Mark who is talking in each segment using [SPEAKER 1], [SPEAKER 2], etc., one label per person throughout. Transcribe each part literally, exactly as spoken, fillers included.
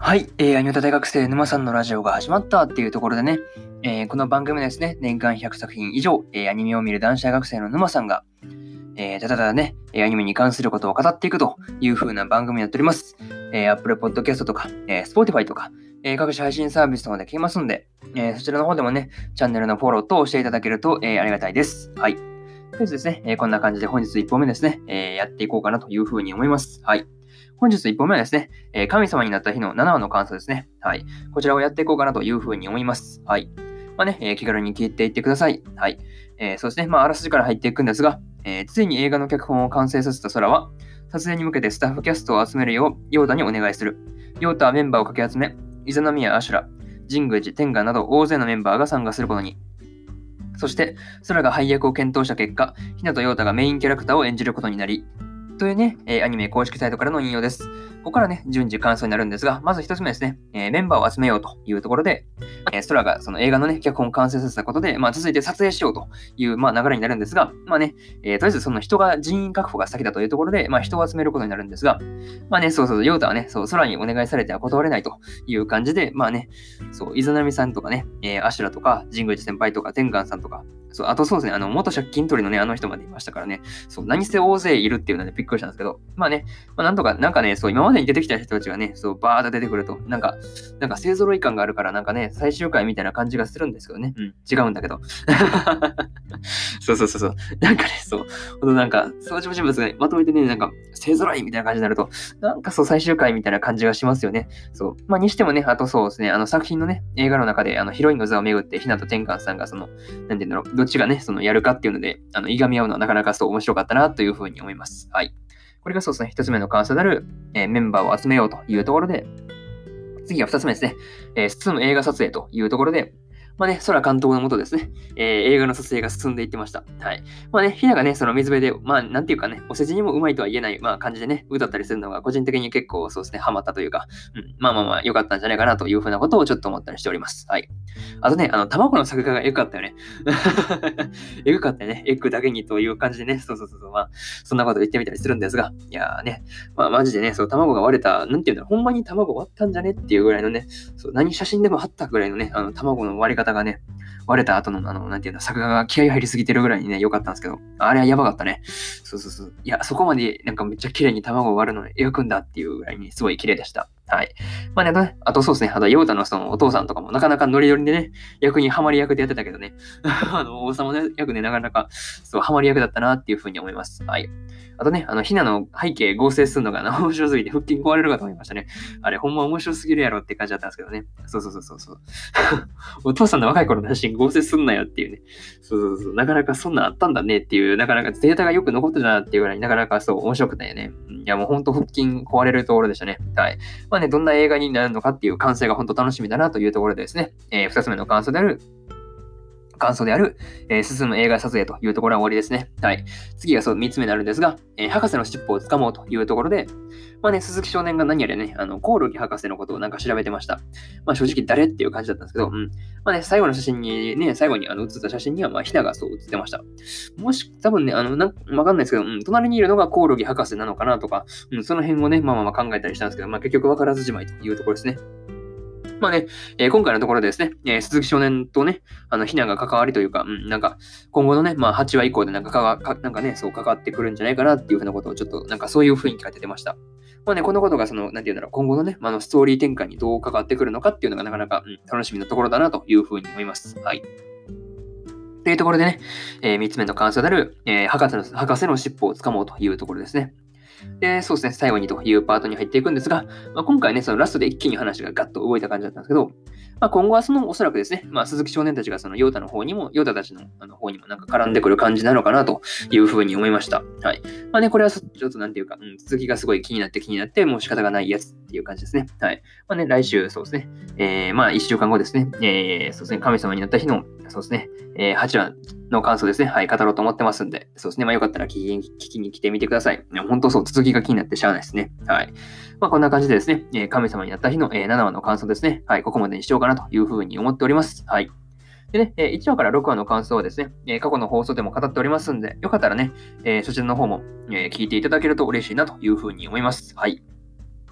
[SPEAKER 1] はい、えー、アニメ大学生沼さんのラジオが始まったっていうところでね、えーこの番組ですね、年間ひゃくさく品以上、えーアニメを見る男子大学生の沼さんが、えーただただね、えーアニメに関することを語っていくという風な番組になっております。えー Apple Podcast とか、えー Spotify とか、えー各種配信サービスとかで聞けますんで、えーそちらの方でもね、チャンネルのフォローとしていただけると、えーありがたいです。はい。とりあえずですね、えーこんな感じで本日いっぽんめですね、えーやっていこうかなという風に思います。はい。本日いっぽんめはですね、えー神様になった日のななわの感想ですね。はい。こちらをやっていこうかなというふうに思います。はい。まあね、えー気軽に聞いていってください。はい。えーそうですね、まあ、あらすじから入っていくんですが、えーついに映画の脚本を完成させた空は、撮影に向けてスタッフキャストを集めるよう、ヨーダにお願いする。ヨーダはメンバーをかき集め、イザナミやアシュラ、神宮寺、天下など大勢のメンバーが参加することに。そして、空が配役を検討した結果、ヒナとヨータがメインキャラクターを演じることになり、というね、えーアニメ公式サイトからの引用です。ここからね、順次感想になるんですが、まず一つ目ですね、えーメンバーを集めようというところで、えー、空がその映画のね、脚本を完成させたことで、まあ、続いて撮影しようという、まあ、流れになるんですが、まあね、えーとりあえずその人が、人員確保が先だというところで、まあ、人を集めることになるんですが、まあね、そうそう、ヨータはね、そう、空にお願いされては断れないという感じで、まあね、そう、イザナミさんとかね、えーアシュラとか、神宮寺先輩とか、天眼さんとか、そう、あとそうですね、あの、元借金取りのね、あの人までいましたからね、そう、何せ大勢いるっていうのでびっくりしたんですけど、まあね、まあなんとか、なんかね、そう、今までに出てきた人たちがね、そう、バーッと出てくると、なんか、なんか勢揃い感があるから、なんかね、最終回みたいな感じがするんですけどね、うん、違うんだけど。そうそうそうそう、なんかね、そう、ほんとなんか、登場人物がまとめてね、なんか、勢揃いみたいな感じになると、なんかそう、最終回みたいな感じがしますよね。そう、まあにしてもね、あとそうですね、あの作品のね、映画の中で、あの、ヒロインの座をめぐって、ひなと天官さんが、その、なんていうんだろう、どっちがね、そのやるかっていうので、あの、いがみ合うのはなかなかそう面白かったなというふうに思います。はい。これがそうですね、一つ目の感想である、えーメンバーを集めようというところで、次は二つ目ですね、えー進む映画撮影というところで、まあね、空監督のもとですね、えー映画の撮影が進んでいってました。はい。まあね、ひながね、その水辺で、まあ、なんていうかね、お世辞にもうまいとは言えない、まあ、感じでね、歌ったりするのが個人的に結構そうですね、ハマったというか、うん、まあまあまあ、良かったんじゃないかなというふうなことをちょっと思ったりしております。はい。あとね、あの、卵の作画が良かったよね。エグかったよね。エッグだけにという感じでね、そうそうそうそう、まあ、そんなこと言ってみたりするんですが、いやーね、まあマジでね、そう、卵が割れた、なんていうんだろう、ほんまに卵割ったんじゃねっていうぐらいのね、そう、何写真でもあったぐらいのね、あの、卵の割り方がね、割れた後の、あの、なんていうんだ、作画が気合入りすぎてるぐらいにね、良かったんですけど、あれはやばかったね。そうそうそう。いや、そこまでなんかめっちゃ綺麗に卵を割るの描くんだっていうぐらいにすごい綺麗でした。はい。まあね、あとね、あとそうですね、あと、ヨータのそのお父さんとかもなかなかノリノリでね、役にハマり役でやってたけどね、あの、王様の役ね、なかなか、そう、ハマり役だったなっていうふうに思います。はい。あとね、あの、ひなの背景合成するのが面白すぎて腹筋壊れるかと思いましたね。あれ、ほんま面白すぎるやろって感じだったんですけどね。そうそうそうそうそう。お父さんの若い頃の写真合成すんなよっていうね。そうそうそう。なかなかそんなんあったんだねっていう、なかなかデータがよく残ってたなっていうぐらい、なかなかそう面白くないよね。いや、もうほんと腹筋壊れるところでしたね。はい。まあね、どんな映画になるのかっていう完成が本当楽しみだなというところでですね、えー、二つ目の感想である、感想である、えー進む映画撮影というところは終わりですね。はい。次がそうみっつめになるんですが、えー博士の尻尾をつかもうというところで、まあね、鈴木少年が何やらね、あの、コオロギ博士のことをなんか調べてました。まあ正直誰っていう感じだったんですけど、うん。まあね、最後の写真にね、最後にあの写った写真には、まあ、ひながそう写ってました。もし、多分ね、あの、なんわかんないですけど、うん、隣にいるのがコオロギ博士なのかなとか、うん、その辺をね、まあまあまあ考えたりしたんですけど、まあ結局わからずじまいというところですね。まあね、えー今回のところでですね、えー鈴木少年とね、あの、ひなが関わりというか、うん、なんか、今後のね、まあ、はちわ以降でなんかかわか、なんかね、そう関わってくるんじゃないかなっていうふうなことをちょっと、なんかそういう雰囲気が出てました。まあね、このことがその、なんていうんだろう、今後のね、まあ、あのストーリー展開にどう関わってくるのかっていうのがなかなか、うん、楽しみなところだなというふうに思います。はい。というところでね、えー、みっつめの感想である、えー博士の、博士の尻尾をつかもうというところですね。で、そうですね、最後にというパートに入っていくんですが、まあ、今回ね、そのラストで一気に話がガッと動いた感じだったんですけど、まあ、今後はそのおそらくですね、まあ、鈴木少年たちがそのヨータの方にも、ヨータたちのあの方にもなんか絡んでくる感じなのかなというふうに思いました。はい。まあね、これはちょっとなんていうか、うん、続きがすごい気になって気になって、もう仕方がないやつっていう感じですね。はい。まあね、来週、そうですね、えー、まあいっしゅうかんごですね、えー、そうですね、神様になった日の、そうですね、えー、はちわの感想ですね、はい、語ろうと思ってますんで、そうですね、まあよかったら聞きに聞きに来てみてください。いや本当そう、続きが気になってしゃあないですね。はい。まあこんな感じでですね、えー神様になった日の、えーななわの感想ですね、はい、ここまでにしようかなというふうに思っております。はい。でね、えーいちわからろくわの感想はですね、えー過去の放送でも語っておりますんで、よかったらね、えーそちらの方も、えー聞いていただけると嬉しいなというふうに思います。はい。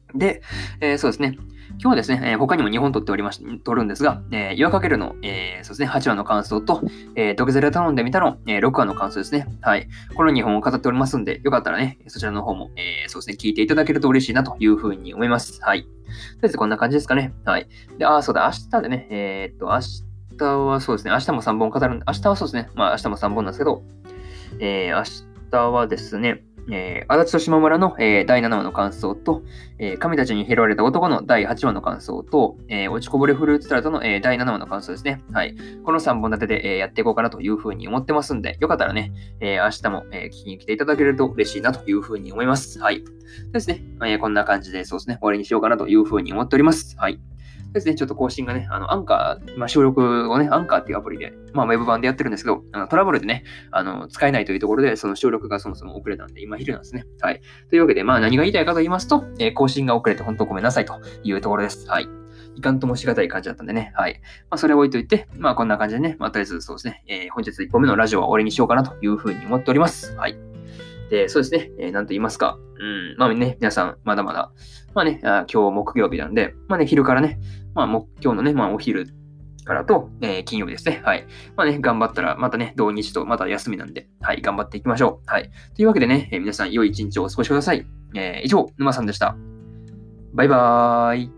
[SPEAKER 1] で、えーそうですね。今日はですね、えー他にもにほん撮っておりまし、撮るんですが、えー、岩かけるの、えーそうですね、はちわの感想と、えー、ドケゼラ頼んでみたの、えーろくわの感想ですね。はい。このにほんを語っておりますんで、よかったらね、そちらの方も、えーそうですね、聞いていただけると嬉しいなというふうに思います。はい。とりあえずこんな感じですかね。はい。で、あー、そうだ、明日でね、えーっと、明日はそうですね、明日もさんぼん語るんで、明日はそうですね、まあ明日もさんぼんなんですけど、えー明日はですね、えー、足立と島村の、えーだいななわの感想と、えー神たちに拾われた男のだいはちわの感想と、えー落ちこぼれフルーツタルトの、えーだいななわの感想ですね。はい。このさんぼん立てで、えーやっていこうかなというふうに思ってますんで、よかったらね、えー明日も、えー聞きに来ていただけると嬉しいなというふうに思います。はい。ですね、えーこんな感じで、そうですね、終わりにしようかなというふうに思っております。はい。ですね、ちょっと更新がね、あの、アンカー、今収録をね、アンカーっていうアプリで、まあ、ウェブ版でやってるんですけど、あのトラブルでね、あの、使えないというところで、その収録がそもそも遅れたんで、今昼なんですね。はい。というわけで、まあ、何が言いたいかと言いますと、えー更新が遅れて本当ごめんなさいというところです。はい。いかんともしがたい感じだったんでね。はい。まあ、それを置いといて、まあ、こんな感じでね、まあ、とりあえずそうですね、えー本日いっぽんめのラジオは終わりにしようかなというふうに思っております。はい。で、そうですね、えー、なんと言いますか。うん、まあね、皆さん、まだまだ、まあね、あ今日木曜日なんで、まあね、昼からね、まあ、も今日のね、まあ、お昼からと、えー金曜日ですね。はい。まあね、頑張ったら、またね、土日とまた休みなんで、はい、頑張っていきましょう。はい。というわけでね、えー皆さん、良い一日をお過ごしください。えー以上、沼さんでした。バイバーイ。